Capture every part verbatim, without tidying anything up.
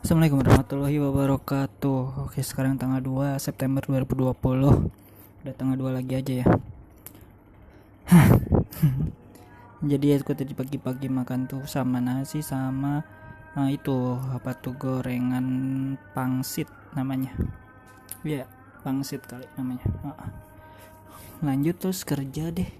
Assalamualaikum warahmatullahi wabarakatuh. Oke, sekarang tanggal dua September dua ribu dua puluh. Udah tanggal dua lagi aja ya. Jadi aku tadi pagi-pagi makan tuh sama nasi sama uh, itu apa tuh gorengan pangsit namanya. Ya, pangsit kali namanya. Uh, lanjut terus kerja deh.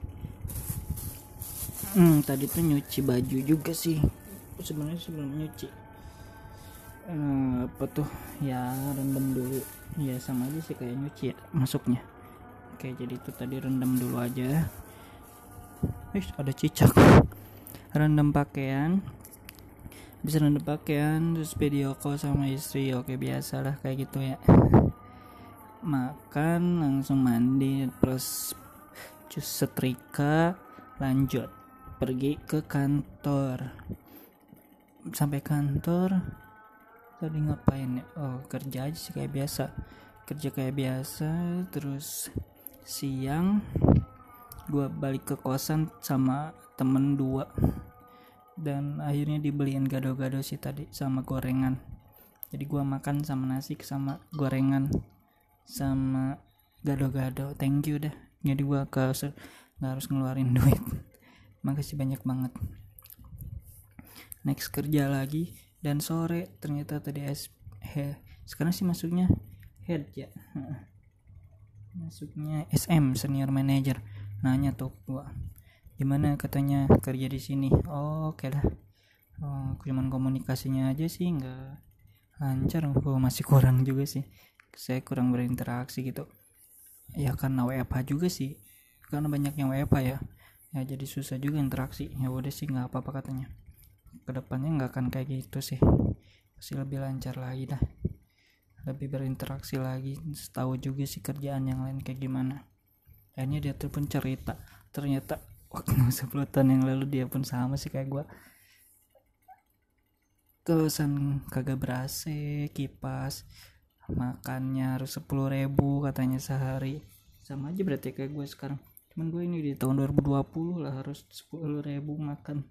Hmm, tadi tuh nyuci baju juga sih. Sebenarnya sebelum nyuci uh, apa tuh ya rendam dulu. Ya sama aja sih kayak nyuci ya masuknya. Oke, jadi itu tadi rendam dulu aja. Wih, ada cicak. Rendam pakaian. Bisa rendam pakaian, terus video call sama istri. Oke, biasalah kayak gitu ya. Makan, langsung mandi, plus cus setrika, lanjut pergi ke kantor. Sampai kantor tadi ngapain ya? Oh, kerja aja sih kayak biasa. Kerja kayak biasa, terus siang gue balik ke kosan sama temen dua, dan akhirnya dibeliin gado-gado sih tadi sama gorengan. Jadi gue makan sama nasi sama gorengan sama gado-gado. Thank you dah. Jadi gue ke nggak harus ngeluarin duit. Makasih banyak banget. Next kerja lagi, dan sore ternyata tadi es he, sekarang sih masuknya head ya. Masuknya S M, senior manager. Nanya tuh gua, gimana katanya kerja di sini. Oh, oke okay lah. Oh, cuman komunikasinya aja sih nggak lancar. Oh, masih kurang juga sih. Saya kurang berinteraksi gitu. Ya karena W F H juga sih. Karena banyak yang W F H ya. Ya jadi susah juga interaksi. Ya udah sih nggak apa-apa katanya. Kedepannya nggak akan kayak gitu sih. Pasti lebih lancar lagi dah. Lebih berinteraksi lagi. Tahu juga sih kerjaan yang lain kayak gimana. Akhirnya dia pun cerita, ternyata waktu sepuluh tahun yang lalu dia pun sama sih kayak gue. Kosan kagak ber-A C, kipas, makannya harus sepuluh ribu katanya sehari. Sama aja berarti kayak gue sekarang. Cuman gue ini di tahun dua ribu dua puluh lah harus sepuluh ribu makan.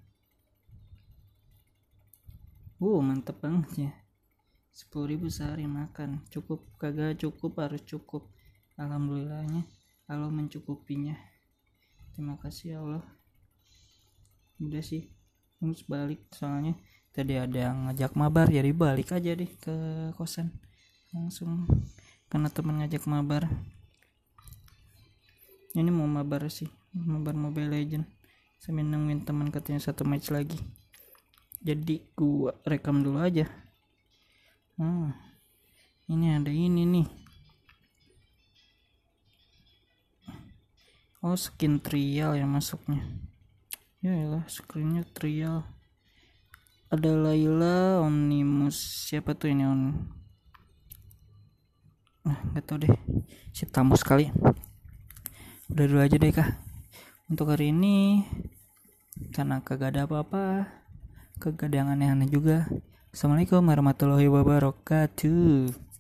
Wow, mantep banget ya. sepuluh ribu sehari makan. Cukup kagak cukup, harus cukup. Alhamdulillahnya Allah mencukupinya. Terima kasih ya Allah. Udah sih, harus balik soalnya tadi ada yang ngajak mabar, jadi balik aja deh ke kosan langsung karena teman ngajak mabar. Ini mau mabar sih, mabar Mobile Legend sambil nungguin teman katanya satu match lagi. Jadi gua rekam dulu aja. Hmm, ini ada ini nih. Oh, skin trial yang masuknya. Ya elah, screennya trial. Ada Layla Omnimus. Siapa tuh ini on? Nah, gak tau deh. Si tamu sekali. Udah dulu aja deh kah. Untuk hari ini, karena kagak ada apa-apa, kagak ada yang aneh-aneh juga. Assalamualaikum warahmatullahi wabarakatuh.